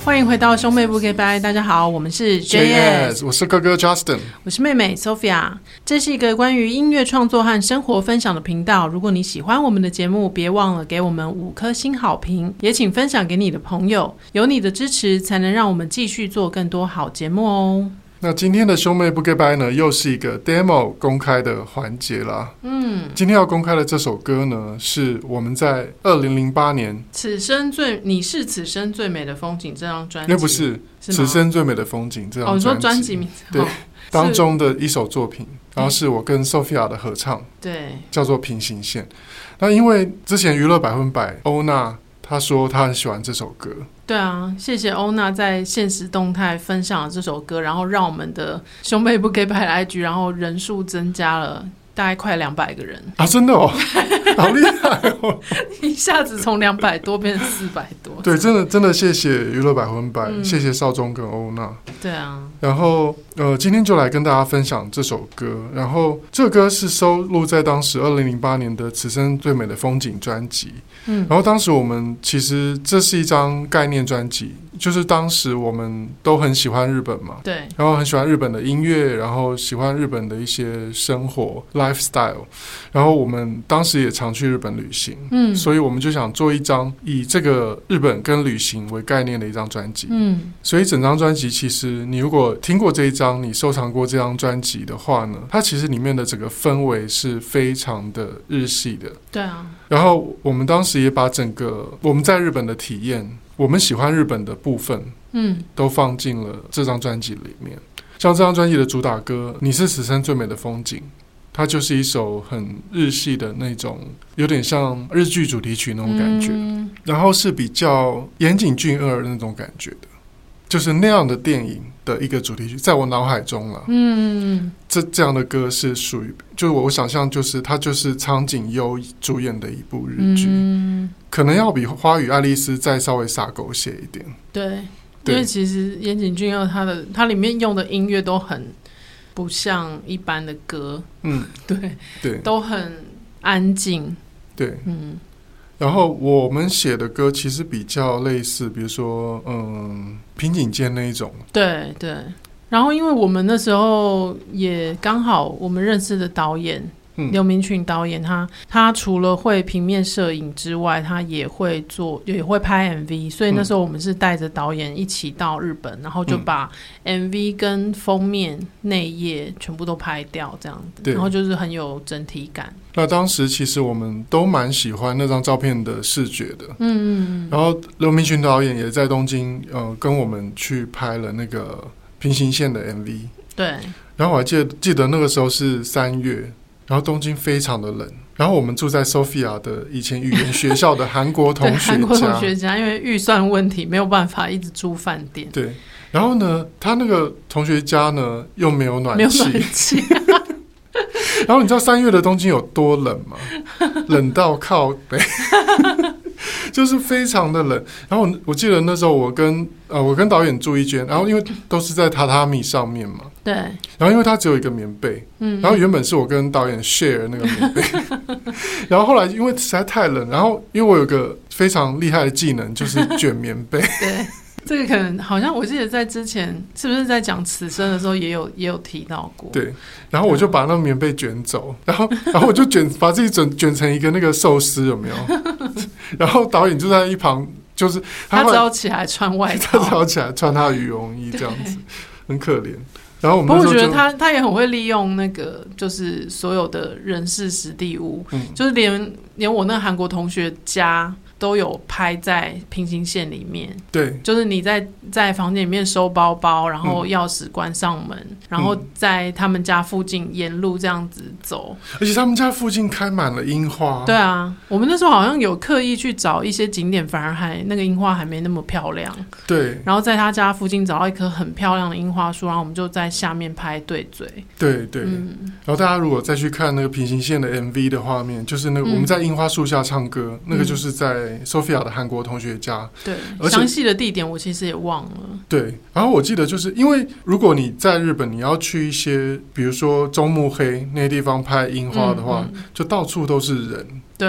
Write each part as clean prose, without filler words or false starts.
欢迎回到兄妹不 K 拜，大家好，我们是 JS， 我是哥哥 Justin， 我是妹妹 Sophia。这是一个关于音乐创作和生活分享的频道。如果你喜欢我们的节目，别忘了给我们5颗星好评，也请分享给你的朋友。有你的支持，才能让我们继续做更多好节目哦。 那今天的兄妹不 Goodbye 呢，又是一个 demo 公开的环节啦。今天要公开的这首歌呢，是我们在2008年你是此生最美的风景这张专辑， 那不是此生最美的风景这张专辑， 你说专辑名字对，当中的一首作品，然后是我跟 Sophia 的合唱， 对， 叫做平行线。那因为之前娱乐100%欧娜她说她很喜欢这首歌， 对啊，谢谢欧娜在现实动态分享了这首歌，然后让我们的兄妹不 Goodbye 的 IG 然后人数增加了大概快200个人啊！真的哦，好厉害哦！ 一下子从200多变成400多。 对，真的谢谢娱乐100%，谢谢少宗跟欧娜。 对啊， 然后今天就来跟大家分享这首歌。然后这个歌是收录在当时2008年的《此生最美的风景》专辑。然后当时我们其实这是一张概念专辑，就是当时我们都很喜欢日本嘛， 对， 然后很喜欢日本的音乐，然后喜欢日本的一些生活 lifestyle， 然后我们当时也常去日本旅行，所以我们就想做一张以这个日本跟旅行为概念的一张专辑，所以整张专辑其实你如果听过这一张，你收藏过这张专辑的话呢，它其实里面的整个氛围是非常的日系的， 对啊， 然后我们当时也把整个我们在日本的体验，我们喜欢日本的部分都放进了这张专辑里面。像这张专辑的主打歌《你是此生最美的风景》，它就是一首很日系的那种有点像日剧主题曲那种感觉，然后是比较岩井俊二那种感觉的，就是那样的电影的一个主题曲，在我脑海中了。这样的歌是属于，就是我想象，就是它就是苍井优主演的一部日剧，可能要比《花与爱丽丝》再稍微洒狗血一点。 对，因为其实岩井俊二它里面用的音乐都很不像一般的歌，对，都很安静， 对，然后我们写的歌其实比较类似，比如说平井坚那一种，对。 然后因为我们那时候也刚好我们认识的导演刘明群导演，他除了会平面摄影之外，他也会拍 MV， 所以那时候我们是带着导演一起到日本，然后就把 MV 跟封面内页全部都拍掉这样子，然后就是很有整体感。 那当时其实我们都蛮喜欢那张照片的视觉的，然后刘明群导演也在东京跟我们去拍了那个平行线的 MV， 对。然后我还记得那个时候是3月，然后东京非常的冷，然后我们住在 Sophia 的以前语言学校的韩国同学家，韩国同学家，因为预算问题没有办法一直住饭店， 对。然后呢，他那个同学家呢又没有暖气，然后你知道3月的东京有多冷吗？冷到靠北就是非常的冷。然后我记得那时候我跟导演住一间，然后因为都是在榻榻米上面嘛，对。然后因为他只有一个棉被，然后原本是我跟导演 share 那个棉被，然后后来因为实在太冷，然后因为我有个非常厉害的技能，就是卷棉被，对。 这个可能好像我记得在之前是不是在讲此生的时候也有提到过， 对。然后我就把那个棉被卷走，然后我就把自己卷成一个那个寿司，有没有？然后导演就在一旁，就是他只要起来穿外套， 他只要起来穿他的羽绒衣这样子，很可怜。然后不过我觉得他也很会利用那个就是所有的人事实地物，就是连我那个韩国同学家都有拍在平行线里面，对，就是你在房间里面收包包，然后钥匙关上门，然后在他们家附近沿路这样子走， 而且他们家附近开满了樱花。 对啊，我们那时候好像有刻意去找一些景点，反而那个樱花还没那么漂亮。对，然后在他家附近找到一棵很漂亮的樱花树，然后我们就在下面拍对嘴。对对， 然后大家如果再去看那个平行线的 MV 的画面，就是那个我们在樱花树下唱歌，那个就是在Sophia 的韩国同学家。对， 详细的地点我其实也忘了。 对，然后我记得就是因为如果你在日本，你要去一些比如说中目黑那些地方拍樱花的话，就到处都是人。 对啊，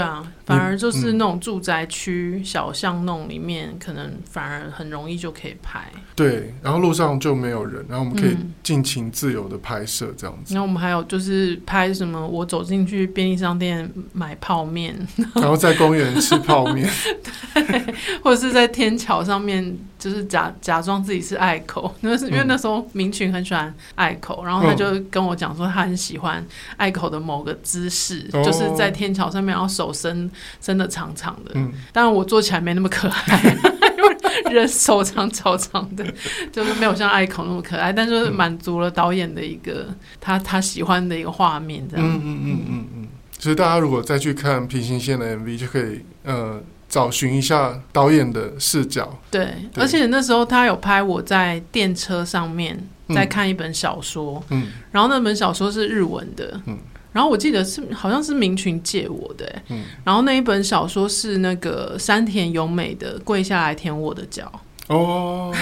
反而就是那种住宅区、小巷弄里面，可能反而很容易就可以拍。 对，然后路上就没有人，然后我们可以尽情自由的拍摄这样子。 然后我们还有就是拍什么，我走进去便利商店买泡面， 然后在公园吃泡面， 对，或者是在天桥上面，就是假装自己是爱口，因为那时候民群很喜欢爱口，然后他就跟我讲说他很喜欢爱口的某个姿势，就是在天桥上面，然后手伸的长长的，当然我做起来没那么可爱。人手长脚长的，就是没有像爱口那么可爱，但就是满足了导演的一个他喜欢的一个画面，这样。 所以大家如果再去看平行线的 MV， 就可以找寻一下导演的视角。 对，而且那时候他有拍我在电车上面在看一本小说，然后那本小说是日文的，然后我记得好像是民群借我的，然后那一本小说是那个山田由美的《跪下来舔我的脚》哦，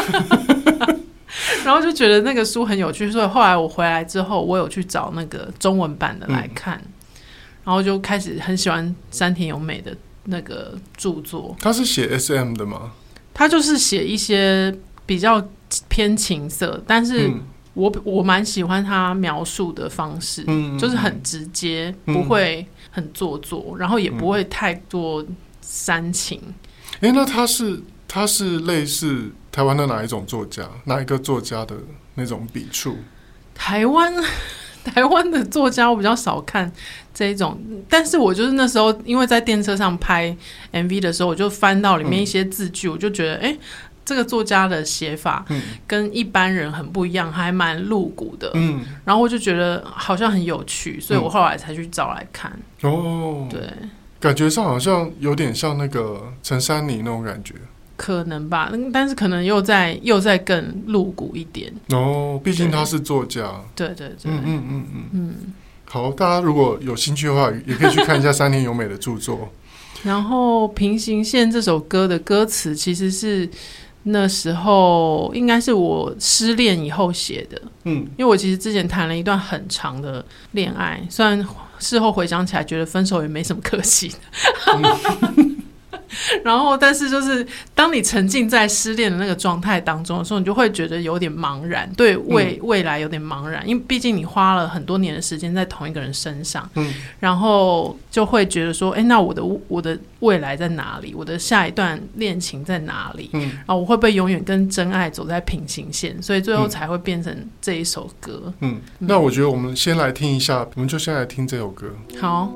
然后就觉得那个书很有趣，所以后来我回来之后，我有去找那个中文版的来看，然后就开始很喜欢山田由美的那个著作。 他是写 SM 的吗？ 他就是写一些比较偏情色，但是我蛮喜欢他描述的方式，就是很直接，不会很做作，然后也不会太多煽情。 那他是类似台湾的哪一种作家？哪一个作家的那种笔触？ 台湾的作家我比较少看这一种，但是我就是那时候因为在电车上拍 MV 的时候，我就翻到里面一些字句，我就觉得这个作家的写法跟一般人很不一样，还蛮露骨的，然后我就觉得好像很有趣，所以我后来才去找来看。对， 感觉上好像有点像那个陈珊妮那种感觉， 可能吧，但是可能又再更露骨一点毕竟他是作家。 对对对， 好，大家如果有兴趣的话，也可以去看一下山田由美的著作。 然后《平行线》这首歌的歌词其实是那时候应该是我失恋以后写的，因为我其实之前谈了一段很长的恋爱，虽然事后回想起来觉得分手也没什么可惜的，然后但是就是当你沉浸在失恋的那个状态当中的时候，你就会觉得有点茫然，对未来有点茫然，因为毕竟你花了很多年的时间在同一个人身上，然后就会觉得说那我的未来在哪里，我的下一段恋情在哪里，然后我会不会永远跟真爱走在平行线，所以最后才会变成这一首歌。 那我觉得我们先来听一下，我们就先来听这首歌。 好，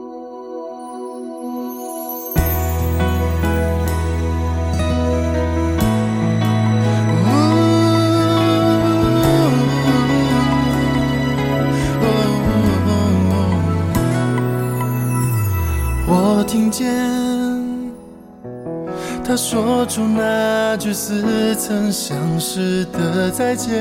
我听见他说出那句似曾相识的再见，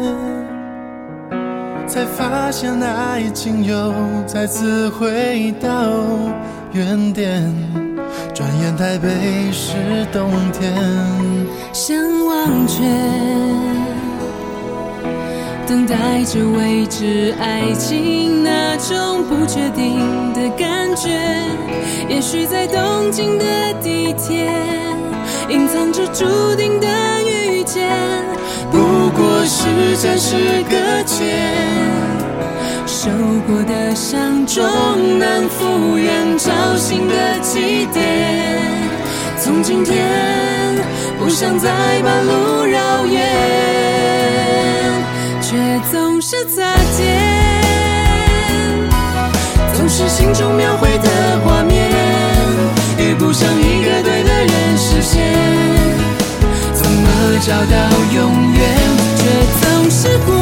才发现爱情又再次回到原点。转眼台北是冬天， 像忘却，等待着未知爱情那种不确定的感觉，也许在东京的地铁隐藏着注定的遇见， 不过是暂时搁浅， 受过的伤终难复原，找新的起点，从今天不想再半路绕远，却总是擦肩，总是心中描绘的画面，遇不上一个对的人实现，怎么找到永远，却总是忽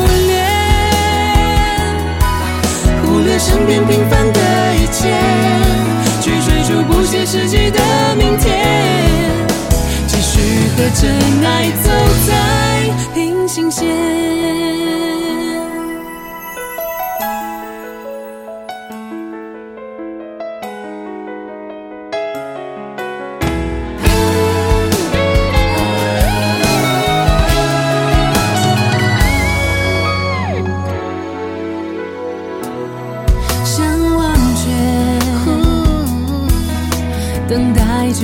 略身边平凡的一切，去追逐不切实际的明天，继续和真爱走在平行线。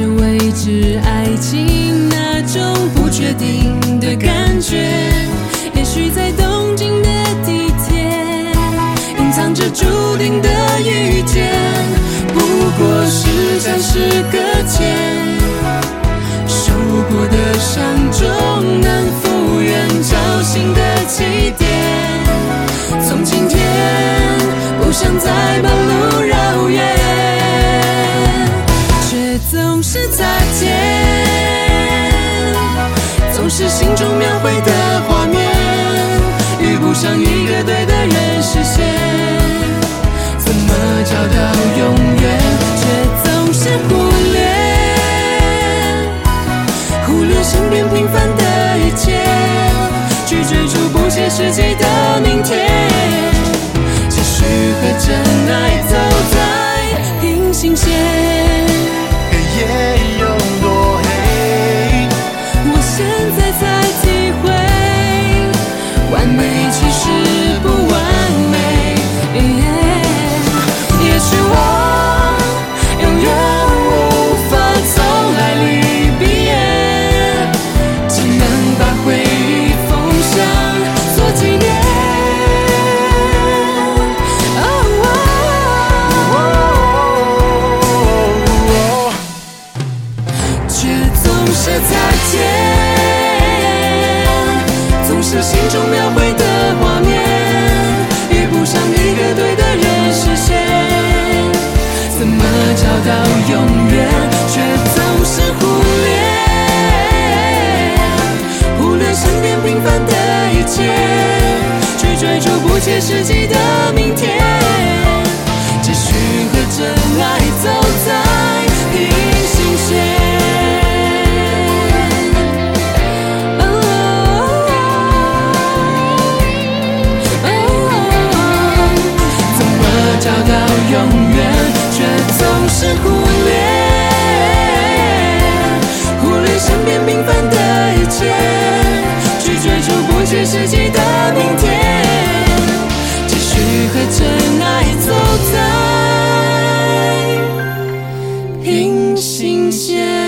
未知爱情那种不确定的感觉，也许在东京的地铁隐藏着注定的遇见，不过是暂时搁浅，受过的伤终能复原，找新的起点，从今天不想再半路绕远，却总是擦肩，总是心中描绘的画面，遇不上一个对的人实现，怎么找到永远，却总是忽略身边平凡的一切，去追逐不切实际的明天，继续和真爱走在平行线， 黑夜有多黑， 我现在才体会，完美其实不完美，也许我永远无法从爱里毕业，只能把回忆封上做纪念，却总是擦肩，总是心中描绘的画面，遇不上一个对的人实现，怎么找到永远，却总是忽略身边平凡的一切，去追逐不切实际的明天，继续和真爱走在平行线，怎么找到永远，却总是忽略身边平凡的一切，去追逐不切实际的明天，继续和真爱走在平行线。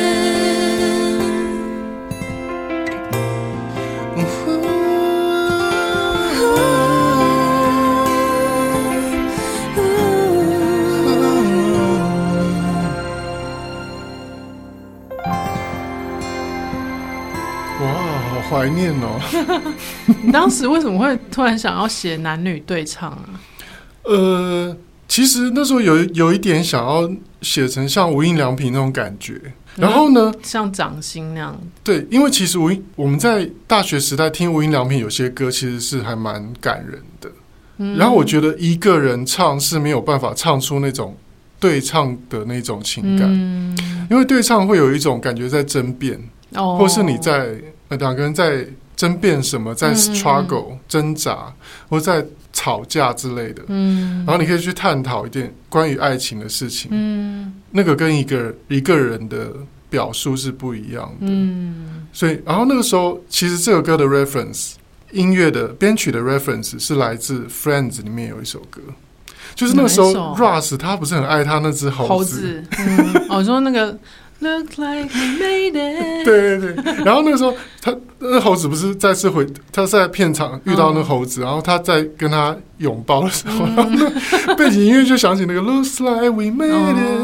好怀念哦。 你当时为什么会突然想要写男女对唱啊？ 其实那时候有一点想要写成像无印良品那种感觉，然后呢， 像掌心那样。 对，因为其实我们在大学时代听无印良品有些歌其实是还蛮感人的，然后我觉得一个人唱是没有办法唱出那种对唱的那种情感，因为对唱会有一种感觉在争辩，或是你在两个人在争辩什么，在 struggle 挣扎，或在吵架之类的，然后你可以去探讨一点关于爱情的事情，那个跟一个人的表述是不一样的，所以然后那个时候其实这个歌的 reference 音乐的编曲的 reference 是来自 Friends 里面有一首歌，就是那个时候 Ross 他不是很爱他那只猴子， 我说那个Look like we made it 对对对，然后那个时候他那猴子不是再次他在片场遇到那猴子，然后他在跟他拥抱的时候，然后那背景音乐就响起那个 Looks like we made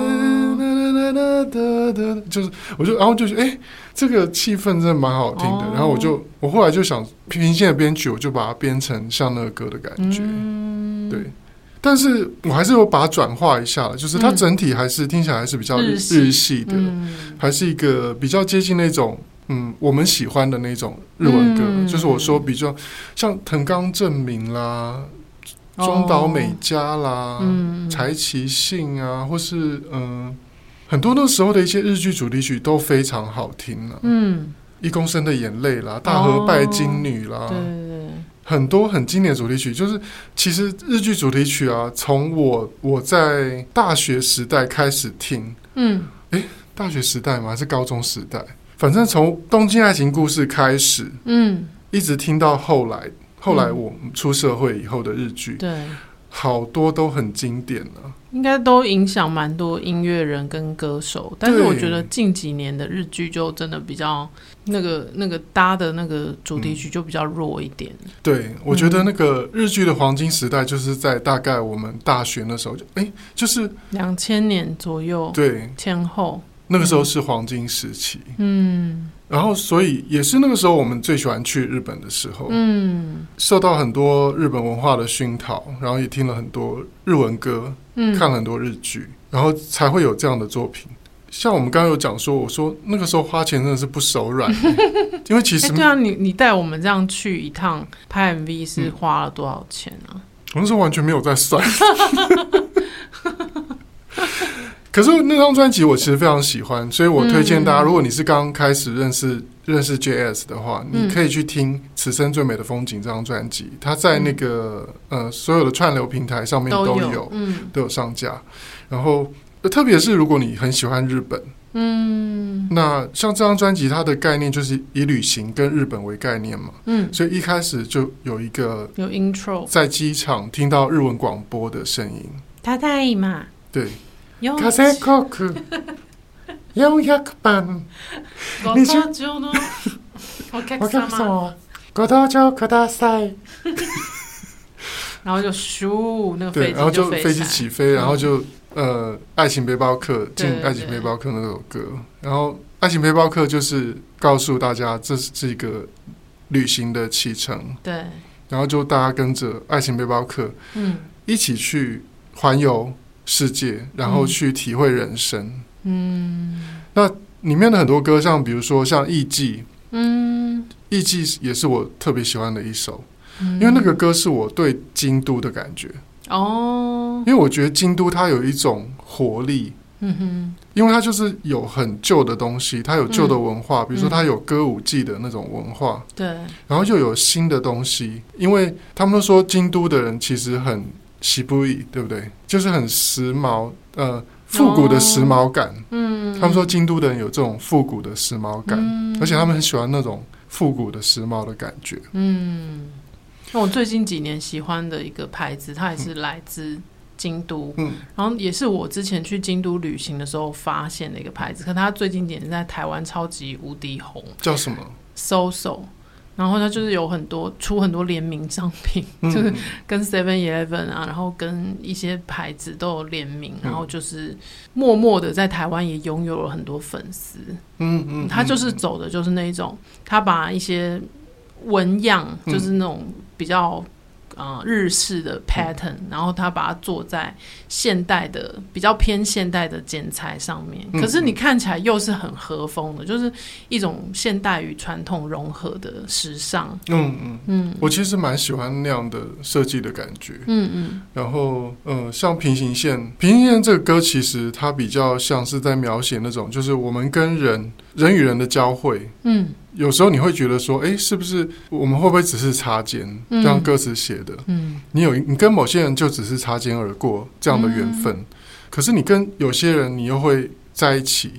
it，就是然后就觉得这个气氛真的蛮好听的，然后我后来就想平线的编曲，我就把它编成像那个歌的感觉，对。但是我还是有把它转化一下了，就是它整体还是听起来还是比较日系的，还是一个比较接近那种我们喜欢的那种日文歌，就是我说比较像藤冈正明啦、中岛美嘉啦、柴崎幸啊，或是很多那时候的一些日剧主题曲都非常好听啦，一公升的眼泪啦、大和拜金女啦，很多很经典的主题曲，就是其实日剧主题曲啊，从我在大学时代开始听，大学时代吗？还是高中时代？反正从《东京爱情故事》开始，一直听到后来我出社会以后的日剧， 对， 好多都很经典啊， 应该都影响蛮多音乐人跟歌手，但是我觉得近几年的日剧就真的比较那个搭的那个主题曲就比较弱一点。 对，我觉得那个日剧的黄金时代就是在大概我们大学那时候，就是 2000年左右， 对， 前后那个时候是黄金时期。然后所以也是那个时候我们最喜欢去日本的时候，受到很多日本文化的熏陶，然后也听了很多日文歌，看了很多日剧，然后才会有这样的作品。像我们刚刚有讲说，我说那个时候花钱真的是不手软，因为其实对啊，你带我们这样去一趟拍 MV 是花了多少钱啊？ 我那时候完全没有在算。可是那张专辑我其实非常喜欢，所以我推荐大家，如果你是刚开始认识 JS 的话，你可以去听《此生最美的风景》这张专辑，它在那个所有的串流平台上面都有上架。然后特别是如果你很喜欢日本，那像这张专辑它的概念就是以旅行跟日本为概念嘛，所以一开始就有一个有 intro， 在机场听到日文广播的声音， ただいま， 对。 風航空400番ご搭乗のお客様ご搭乗ください。 然后就咻，那个对，然后就飞机起飞，然后就爱情背包客进爱情背包客那首歌，然后爱情背包客就是告诉大家这是一个旅行的启程， 对， 然后就大家跟着爱情背包客一起去环游世界，然后去体会人生。那里面的很多歌，像比如说像艺伎，艺伎也是我特别喜欢的一首，因为那个歌是我对京都的感觉。因为我觉得京都它有一种活力，因为它就是有很旧的东西，它有旧的文化，比如说它有歌舞伎的那种文化， 对， 然后又有新的东西，因为他们都说京都的人其实很喜不易，对不对？就是很时髦，复古的时髦感。他们说京都的人有这种复古的时髦感，而且他们很喜欢那种复古的时髦的感觉。 那我最近几年喜欢的一个牌子，它也是来自京都，然后也是我之前去京都旅行的时候发现的一个牌子，可它最近点在台湾超级无敌红， 叫什么 ？SOSO。然后它就是有出很多联名商品，就是跟 7-Eleven 啊，然后跟一些牌子都有联名，然后就是默默的在台湾也拥有了很多粉丝。他就是走的就是那种，他把一些纹样，就是那种比较日式的 pattern，然后他把它做在现代的比较偏现代的剪裁上面，可是你看起来又是很和风的，就是一种现代与传统融合的时尚。 我其实蛮喜欢那样的设计的感觉。然后像平行线这个歌，其实它比较像是在描写那种，就是我们跟人与人的交汇。有时候你会觉得说，是不是我们会不会只是擦肩？就像歌词写的，你跟某些人就只是擦肩而过这样的缘分，可是你跟有些人你又会在一起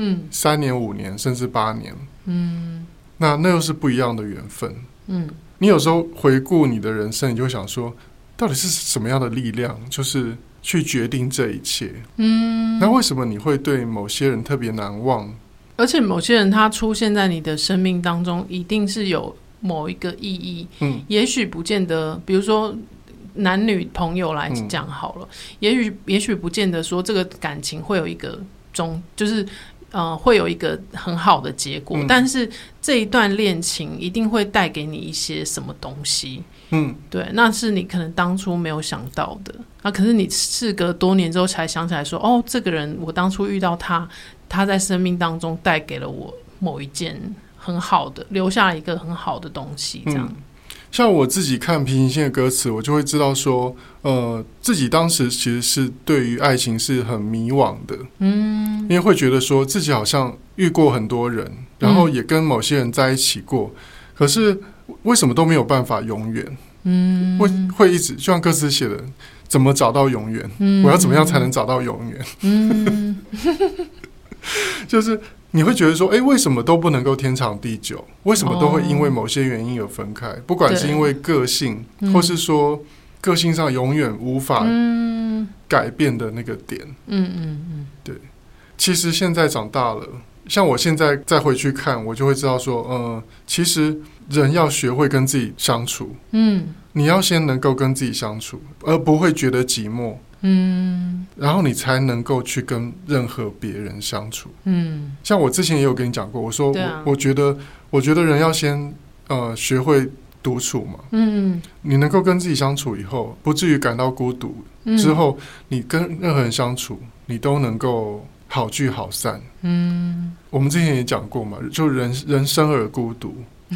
，3年、5年甚至8年，那又是不一样的缘分。你有时候回顾你的人生，你就会想说，到底是什么样的力量，就是去决定这一切？那为什么你会对某些人特别难忘？ 而且某些人他出现在你的生命当中，一定是有某一个意义。也许不见得，比如说男女朋友来讲好了，也许不见得说这个感情会有一个就是会有一个很好的结果，但是这一段恋情一定会带给你一些什么东西。对，那是你可能当初没有想到的，可是你事隔多年之后才想起来说，这个人我当初遇到他在生命当中带给了我某一件很好的，留下了一个很好的东西，这样。 像我自己看平行线的歌词，我就会知道说，自己当时其实是对于爱情是很迷惘的，因为会觉得说自己好像遇过很多人，然后也跟某些人在一起过，可是为什么都没有办法永远？会一直就像歌词写的，怎么找到永远？我要怎么样才能找到永远？就是你会觉得说，为什么都不能够天长地久？为什么都会因为某些原因而分开？不管是因为个性，或是说个性上永远无法改变的那个点。对。其实现在长大了，像我现在再回去看，我就会知道说，其实人要学会跟自己相处。你要先能够跟自己相处，而不会觉得寂寞。然后你才能够去跟任何别人相处。像我之前也有跟你讲过，我说我觉得人要先学会独处嘛。你能够跟自己相处以后，不至于感到孤独，之后你跟任何人相处，你都能够好聚好散。我们之前也讲过嘛，就人生而孤独。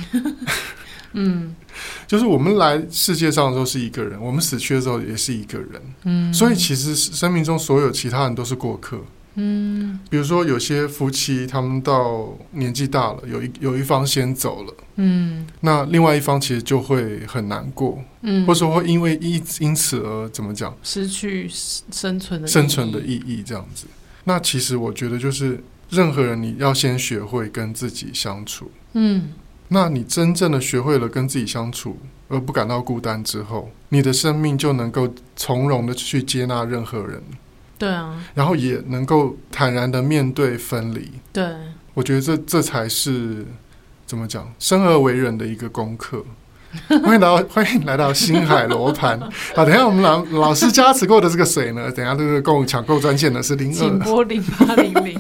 就是我们来世界上的时候是一个人，我们死去的时候也是一个人。所以其实生命中所有其他人都是过客。比如说有些夫妻他们到年纪大了，有一方先走了，那另外一方其实就会很难过，或者说会因此而怎么讲， 失去生存的意义这样子。那其实我觉得就是任何人你要先学会跟自己相处。那你真正的学会了跟自己相处而不感到孤单之后，你的生命就能够从容的去接纳任何人。 对啊，然后也能够坦然的面对分离。 对， 我觉得这才是怎么讲，生而为人的一个功课。欢迎来到星海罗盘。好，等一下我们老师加持过的这个水呢，等一下这个跟我抢购专线呢是02， 请拨0800。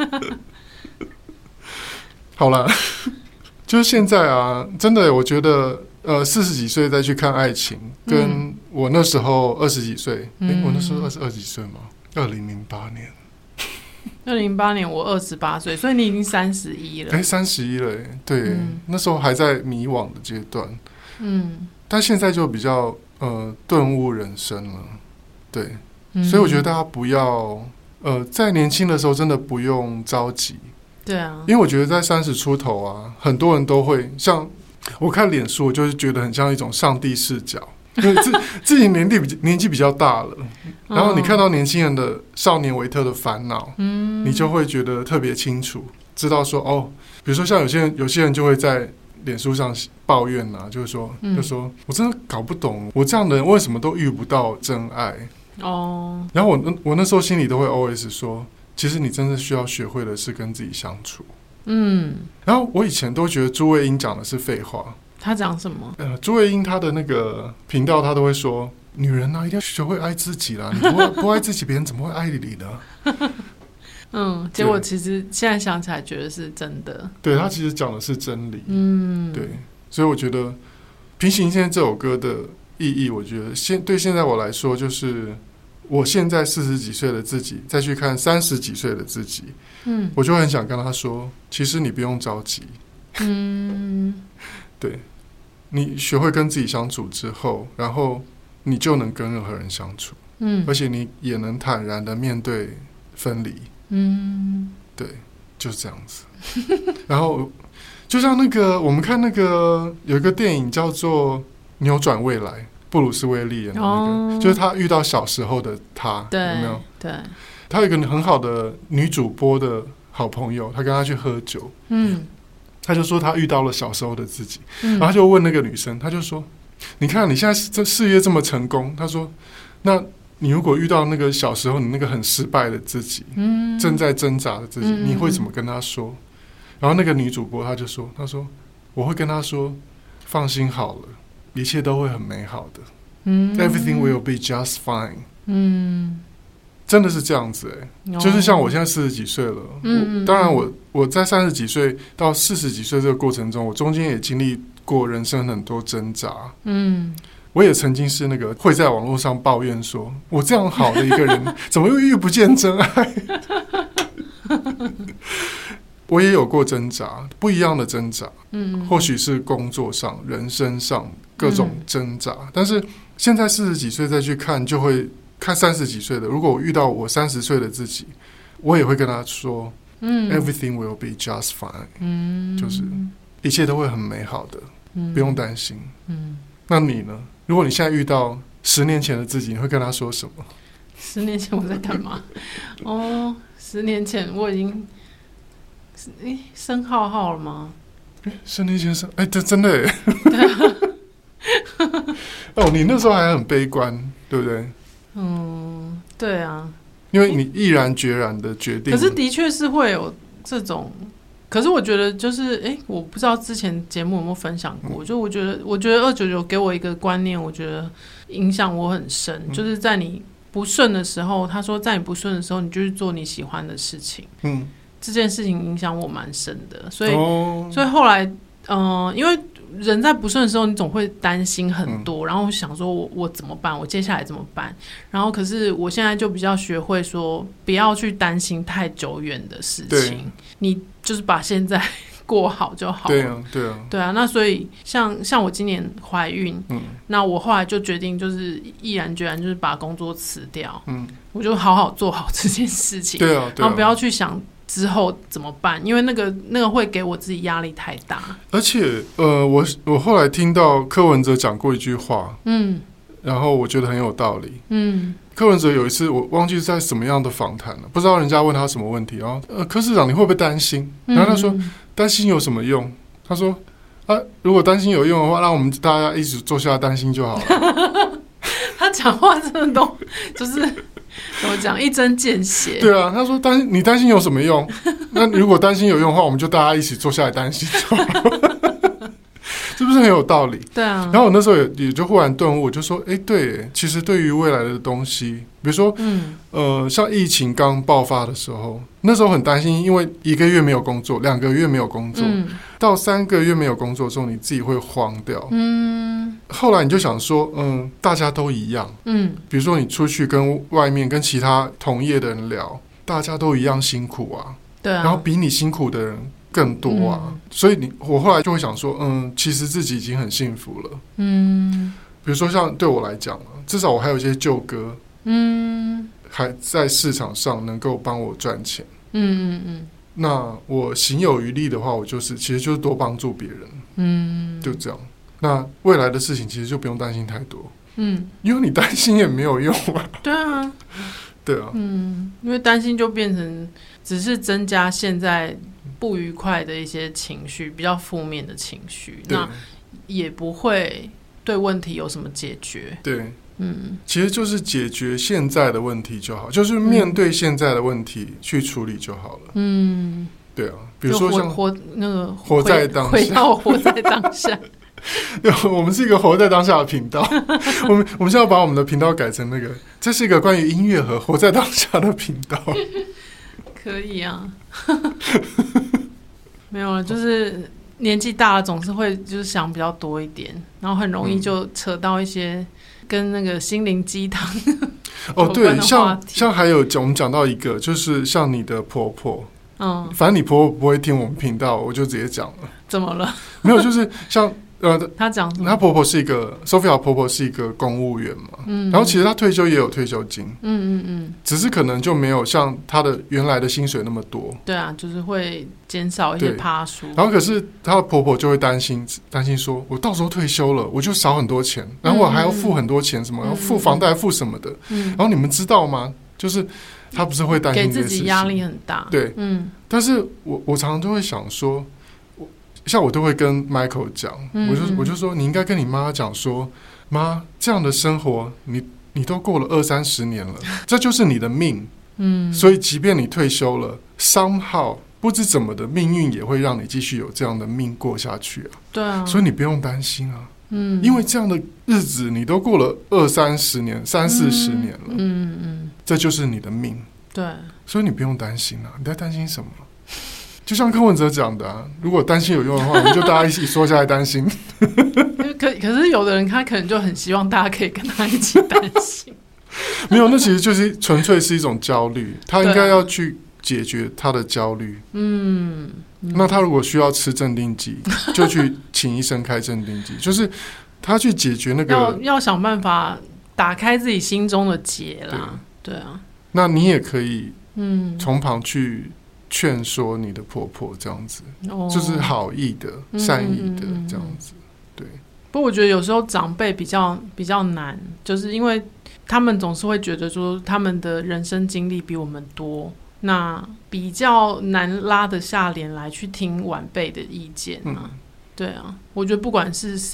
好了，就是现在啊，真的我觉得40几岁再去看爱情，跟我那时候20几岁，我那时候22几岁吗？2008年。 2008年我28岁，所以你已经31了。 31了，对，那时候还在迷惘的阶段。但现在就比较顿悟人生了。对，所以我觉得大家不要在年轻的时候真的不用着急。 对啊， 因为我觉得在30出头啊，很多人都会像我看脸书，我就是觉得很像一种上帝视角，因为自己年纪比较大了，然后你看到年轻人的少年维特的烦恼，你就会觉得特别清楚，知道说比如说像有些人就会在脸书上抱怨啊，就说我真的搞不懂，我这样的人为什么都遇不到真爱。然后我那时候心里都会 always 说，其实你真正需要学会的是跟自己相处。然后我以前都觉得朱卫英讲的是废话。 他讲什么？ 朱卫英他的那个频道他都会说，女人啊一定要学会爱自己啦，你不爱自己，别人怎么会爱你呢？ 结果其实现在想起来觉得是真的。 对，他其实讲的是真理。对，所以我觉得《平行线》这首歌的意义，我觉得对现在我来说，就是我现在40几岁的自己再去看30几岁的自己，我就很想跟他说，其实你不用着急。对，你学会跟自己相处之后，然后你就能跟任何人相处。而且你也能坦然的面对分离。对，就是这样子。然后就像我们看有一个电影叫做《扭转未来》，布鲁斯威利演的那个，就是他遇到小时候的他，有没有？对，他有一个很好的女主播的好朋友，他跟他去喝酒，他就说他遇到了小时候的自己，然后他就问那个女生，他就说，你看你现在这事业这么成功，他说，那你如果遇到那个小时候你那个很失败的自己，正在挣扎的自己，你会怎么跟他说？然后那个女主播她就说，她说我会跟他说，放心好了，一切都会很美好的。Everything will be just fine。真的是这样子就是像我现在40几岁了，当然我在30几岁到40几岁这个过程中，我中间也经历过人生很多挣扎。我也曾经是那个会在网络上抱怨说，我这样好的一个人，怎么又遇不见真爱？我也有过挣扎，不一样的挣扎，或许是工作上、人生上各种挣扎。但是现在40几岁再去看，就会看30几岁的。如果我遇到我30岁的自己，我也会跟他说，Everything will be just fine，就是一切都会很美好的，不用担心。那你呢？如果你现在遇到10年前的自己，你会跟他说什么 ？10年前我在干嘛？10年前我已经生浩浩了吗？ 10年前生，这真的耶。 哦，你那时候还很悲观，对不对？ 对啊， 因为你毅然决然的决定。 可是的确是会有这种，可是我觉得就是，我不知道之前节目有没有分享过，就我觉得299给我一个观念，我觉得影响我很深，就是在你不顺的时候，他说在你不顺的时候，你就去做你喜欢的事情。这件事情影响我蛮深的，所以后来，因为人在不顺的时候，你总会担心很多，然后想说我怎么办？我接下来怎么办？然后可是我现在就比较学会说，不要去担心太久远的事情，你就是把现在过好就好了。对啊。那所以像我今年怀孕，那我后来就决定就是毅然决然就是把工作辞掉，我就好好做好这件事情。对啊，然后不要去想之后怎么办，因为那个会给我自己压力太大。 而且我后来听到柯文哲讲过一句话，然后我觉得很有道理。柯文哲有一次我忘记在什么样的访谈了，不知道人家问他什么问题，然后柯市长你会不会担心？然后他说担心有什么用？他说如果担心有用的话，让我们大家一起坐下来担心就好了。 他讲话真的都就是怎么讲，一针见血。对啊，他说你担心有什么用？那如果担心有用的话，我们就大家一起坐下来担心就好了。是不是很有道理？ 对啊。 然后我那时候也就忽然顿悟，我就说，对，其实对于未来的东西，比如说，像疫情刚爆发的时候，那时候很担心，因为1个月没有工作，2个月没有工作，到3个月没有工作的时候，你自己会慌掉。后来你就想说，大家都一样。比如说你出去跟外面跟其他同业的人聊，大家都一样辛苦啊。 对啊。 然后比你辛苦的人更多啊，所以我后来就会想说，其实自己已经很幸福了。比如说像对我来讲，至少我还有一些旧歌，还在市场上能够帮我赚钱。那我行有余力的话，我其实就是多帮助别人。就这样。那未来的事情其实就不用担心太多。因为你担心也没有用啊。 对啊。 对啊。 因为担心就变成只是增加现在不愉快的一些情绪，比较负面的情绪，那也不会对问题有什么解决。对， 其实就是解决现在的问题就好，就是面对现在的问题去处理就好了。对啊，比如说像活在当下， 回到活在当下。 对，我们是一个活在当下的频道。我们现在要把我们的频道改成这是一个关于音乐和活在当下的频道。 可以啊。没有了，就是年纪大了总是会就是想比较多一点，然后很容易就扯到一些跟那个心灵鸡汤对，像还有我们讲到一个，就是像你的婆婆，反正你婆婆不会听我们频道，我就直接讲了。 怎么了？ 没有，就是像她讲什么？ 她婆婆是一个 Sophia 婆婆是一个公务员嘛，然后其实她退休也有退休金，只是可能就没有像她的原来的薪水那么多。 对啊，就是会减少一些趴数。 然后可是她的婆婆就会担心说，我到时候退休了，我就少很多钱，然后我还要付很多钱，什么要付房贷付什么的。然后你们知道吗？就是她不是会担心这些事情， 给自己压力很大。 对，但是我常常都会想说。像我都会跟 Michael 讲，我就说你应该跟你妈讲说，妈，这样的生活你都过了20-30年了，这就是你的命。所以即便你退休了 somehow 不知怎么的命运也会让你继续有这样的命过下去啊。 对啊， 所以你不用担心啊。因为这样的日子你都过了20-30年30-40年了。这就是你的命。 对， 所以你不用担心啊。你在担心什么？就像柯文哲讲的啊，如果担心有用的话，我们就大家一起说下来担心。 可是有的人他可能就很希望大家可以跟他一起担心。 没有，那其实就是纯粹是一种焦虑，他应该要去解决他的焦虑。那他如果需要吃镇定剂，就去请医生开镇定剂，就是他去解决那个要想办法打开自己心中的结啦。对啊， 那你也可以从旁去劝说你的婆婆这样子，就是好意的、善意的这样子。对。 不过我觉得有时候长辈比较难，就是因为他们总是会觉得说他们的人生经历比我们多，那比较难拉得下脸来去听晚辈的意见啊。对啊，我觉得不管是谁，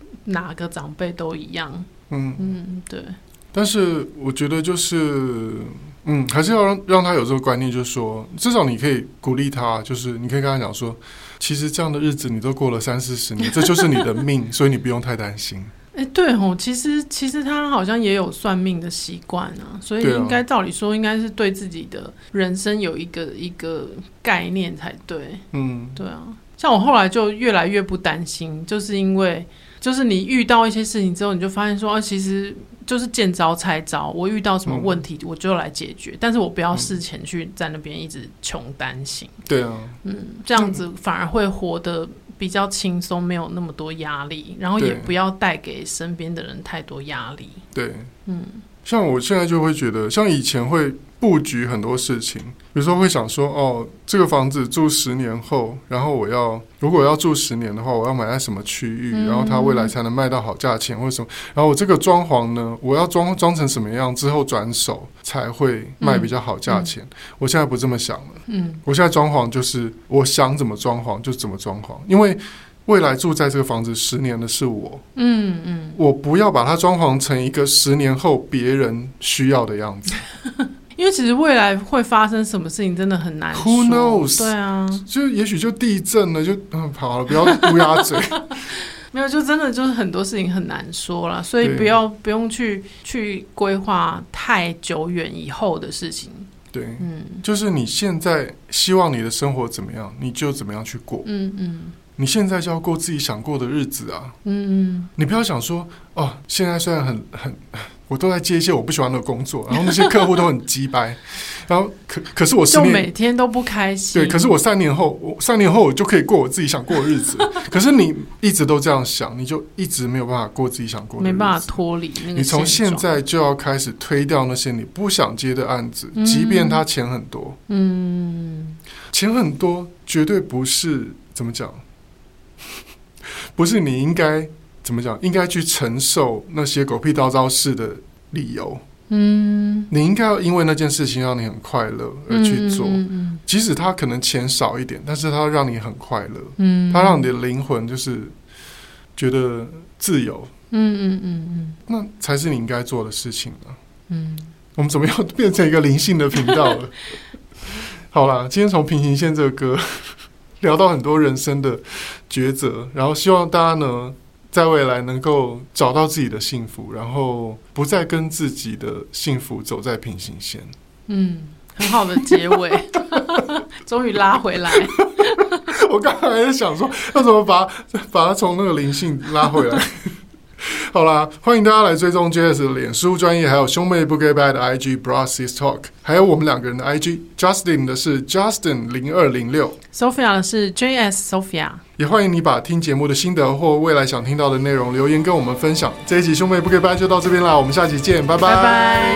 哪个长辈都一样。对。 但是我觉得就是还是要让他有这个观念，就是说至少你可以鼓励他，就是你可以跟他讲说，其实这样的日子你都过了30-40年，这就是你的命，所以你不用太担心。 对吼，其实他好像也有算命的习惯啊，所以应该照理说应该是对自己的人生有一个概念才对。对啊，像我后来就越来越不担心，就是因为就是你遇到一些事情之后，你就发现说，其实就是见招拆招，我遇到什么问题我就来解决，但是我不要事前去在那边一直穷担心。对啊，这样子反而会活得比较轻松，没有那么多压力，然后也不要带给身边的人太多压力。对，像我现在就会觉得，像以前会布局很多事情，比如说会想说，这个房子住10年后，然后如果要住10年的话，我要买在什么区域，然后它未来才能卖到好价钱或者什么，然后我这个装潢呢，我要装成什么样之后转手才会卖比较好价钱。我现在不这么想了，我现在装潢就是我想怎么装潢就怎么装潢，因为未来住在这个房子10年的是我，我不要把它装潢成一个10年后别人需要的样子。因为其实未来会发生什么事情真的很难说。Who knows？ 对啊，就也许就地震了，就好了，不要乌鸦嘴。没有，就真的就是很多事情很难说啦，所以不用去规划太久远以后的事情。对，就是你现在希望你的生活怎么样，你就怎么样去过。你现在就要过自己想过的日子啊。你不要想说，现在虽然很我都在接一些我不喜欢的工作，然后那些客户都很鸡掰，然后可是我10年就每天都不开心。对，可是我3年后我就可以过我自己想过的日子。可是你一直都这样想，你就一直没有办法过自己想过的日子，没办法脱离那个。你从现在就要开始推掉那些你不想接的案子，即便它钱很多。钱很多绝对不是怎么讲，不是你应该怎么讲，应该去承受那些狗屁叨叨事的理由。你应该要因为那件事情让你很快乐而去做，即使它可能钱少一点，但是它让你很快乐，它让你的灵魂就是觉得自由。那才是你应该做的事情啊。我们怎么样变成一个灵性的频道了？好啦，今天从平行线这个歌聊到很多人生的抉择，然后希望大家呢在未来能够找到自己的幸福，然后不再跟自己的幸福走在平行线。很好的结尾。终于拉回来。我刚才在想说要怎么把它从那个灵性拉回来。好啦，欢迎大家来追踪 JS 的脸书专页，还有兄妹不 gay bye 的 IG Bros Sis Talk， 还有我们2个人的 IG。 Justin 的是 Justin0206， Sophia 的是 JS Sophia。 也欢迎你把听节目的心得或未来想听到的内容留言跟我们分享。这一集兄妹不 gay bye 就到这边啦，我们下期见，拜拜拜拜。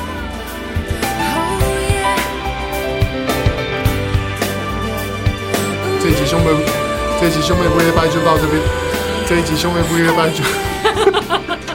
这一集兄妹不 gay bye 就到这边，这一集兄妹不 gay bye 就